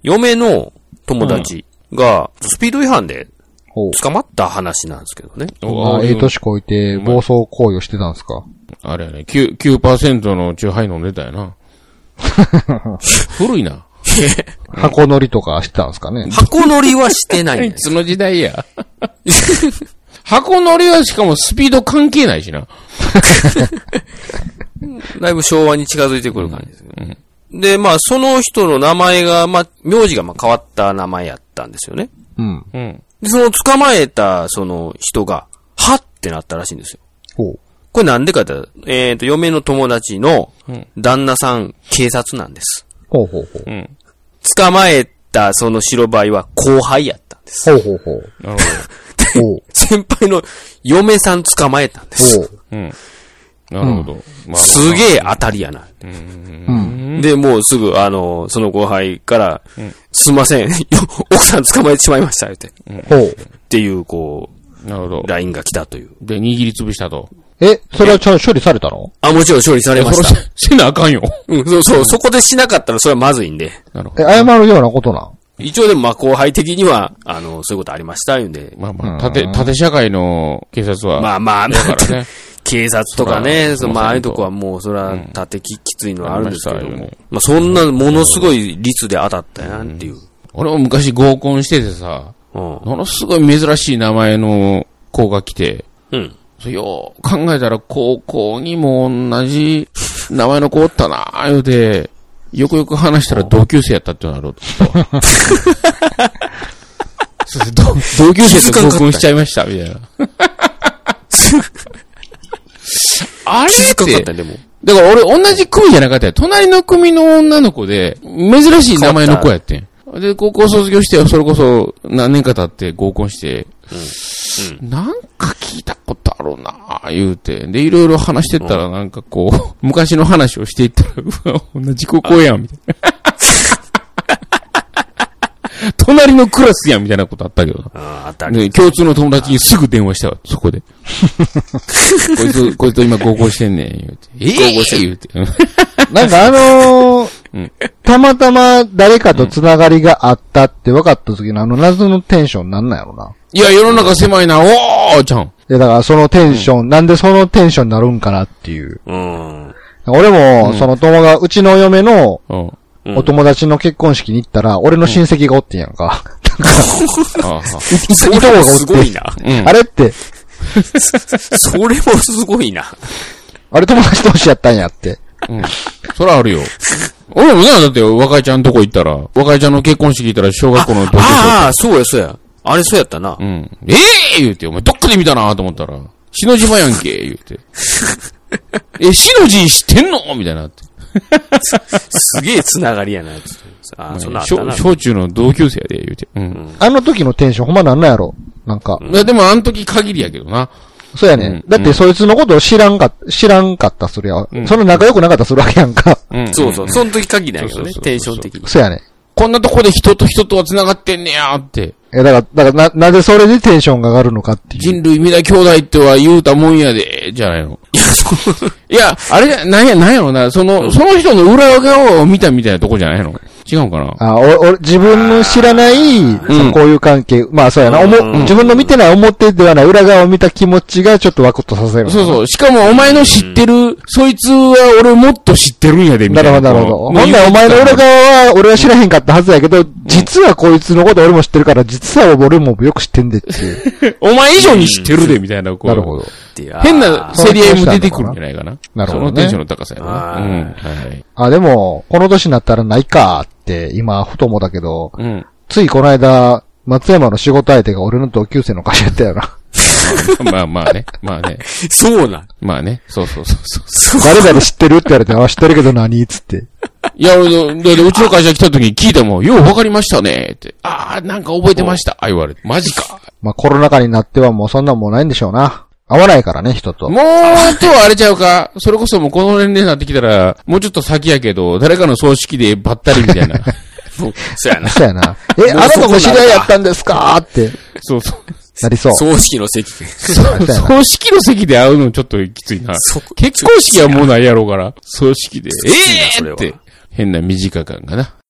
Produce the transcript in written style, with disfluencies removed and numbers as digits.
嫁の友達がスピード違反で捕まった話なんですけどね。 年こいて暴走行為をしてたんですか？ あれやね、9% のチューハイ飲んでたよな。古いな。 箱乗りとかしてたんですかね？ 箱乗りはしてないんいつの時代や。箱乗りはしかもスピード関係ないしな。 だいぶ昭和に近づいてくる感じですけど。で、まあ、その人の名前が、まあ、名字がまあ変わった名前やったんですよね。 うん。 で、その捕まえた、その人が、はってなったらしいんですよ。 ほう。 これなんでかって言ったら、嫁の友達の旦那さん、警察なんです。 ほうほうほう。 捕まえたその白バイは後輩やったんです。 ほうほうほう。 なるほど。 先輩の嫁さん捕まえたんです。 ほう。 なるほど。 すげえ当たりやな。で、もうすぐ、その後輩から、すいません、奥さん捕まえてしまいました、言って。 ほう。 っていう、こう、 なるほど。 LINE が来たという。 で、握りつぶしたと。 それはちゃんと処理されたの？ あ、もちろん処理されました。 せなあかんよ。 そこでしなかったらそれはまずいんで。 なるほど。 謝るようなことなん？ 一応でもまあ後輩的には、そういうことありました、言うんで。 まあまあ、縦社会の警察は。 まあまあ、 だからね。 警察とかね、まあああいうとこはもうそれは縦きついのはあるんですけども。まあそんなものすごい率で当たったやんっていう。 俺も昔合コンしててさ、ものすごい珍しい名前の子が来て、よう考えたら高校にも同じ名前の子おったなー言うて、よくよく話したら同級生やったってなると。同級生と合コンしちゃいました、みたいな。あれって、だから俺同じ組じゃなかったよ。隣の組の女の子で、珍しい名前の子やってん。で、高校卒業して、それこそ何年か経って合コンして、なんか聞いたことあるなぁ、言うて。で、いろいろ話してったらなんかこう、昔の話をしていったら、うわ、同じ高校やん、みたいな。隣のクラスやん、みたいなことあったけどな。で、共通の友達にすぐ電話したわ、そこで。こいつと今合コンしてんねん、言うて。合コンして言うて。 なんかたまたま誰かと繋がりがあったって分かった時の謎のテンションなんなんやろな。 いや、世の中狭いな、おーちゃん。 だからそのテンション、なんでそのテンションになるんかなっていう。俺も、そのうちの嫁の、お友達の結婚式に行ったら、俺の親戚がおってんやんか。 それもすごいな。 あれって。 それもすごいな。 あれ友達同士やったんやって。 そらあるよ。俺もね、だって若井ちゃんとこ行ったら、若井ちゃんの結婚式行ったら小学校の同級生。 ああ、そうや、そうや。あれそうやったな。 言うて、お前どっかで見たなと思ったら、篠島やんけ、言うて。篠地知ってんのみたいなって。 すげえつながりやな、つって。 小中の同級生やで、言うて。 あの時のテンションほんまなんなんやろなんか。 でもあの時限りやけどな。 そうやね。だってそいつのことを知らんかったすりゃ、その仲良くなかったするわけやんか。 そうそう。その時限りだけどね、テンション的に。 そうやね。 こんなとこで人と人とは繋がってんねやって。 だからなぜそれでテンションが上がるのかっていう。 人類皆兄弟っては言うたもんやで、じゃないの。いや、あれ、なんやろな、その人の裏側を見たみたいなとこじゃないの？違うかな？ 自分の知らない、こういう関係、まあそうやな、自分の見てない表ではない裏側を見た気持ちがちょっとワクッとさせる。 そうそう。しかもお前の知ってる、そいつは俺もっと知ってるんやで、みたいな。 なるほど。ほんならお前の裏側は俺は知らへんかったはずやけど、実はこいつのこと俺も知ってるから、実は俺もよく知ってんでっていう。 お前以上に知ってるで、みたいな。 なるほど。 変な競り合いも出てくるんじゃないかな。 なるほど。 そのテンションの高さやな。 でも、この年になったらないかって、今、ふともだけど、ついこの間、松山の仕事相手が俺の同級生の会社やったよな。 まあね。 そうなん。 まあね。そう。 誰々知ってるって言われて、知ってるけど何つって。 いや、うちの会社来た時に聞いても、ようわかりましたねって。なんか覚えてました。言われて。マジか。 まあコロナ禍になってはもうそんなんもうないんでしょうな。合わないからね、人と。 もう、とはあれちゃうか。それこそもうこの年齢になってきたら、もうちょっと先やけど、誰かの葬式でばったりみたいな。 そうやな。 そうやな。あなたも知り合いやったんですかって。 そう。 なりそう。 葬式の席で。 葬式の席で会うのちょっときついな。結婚式はもうないやろうから。葬式で。って。変な短感がな。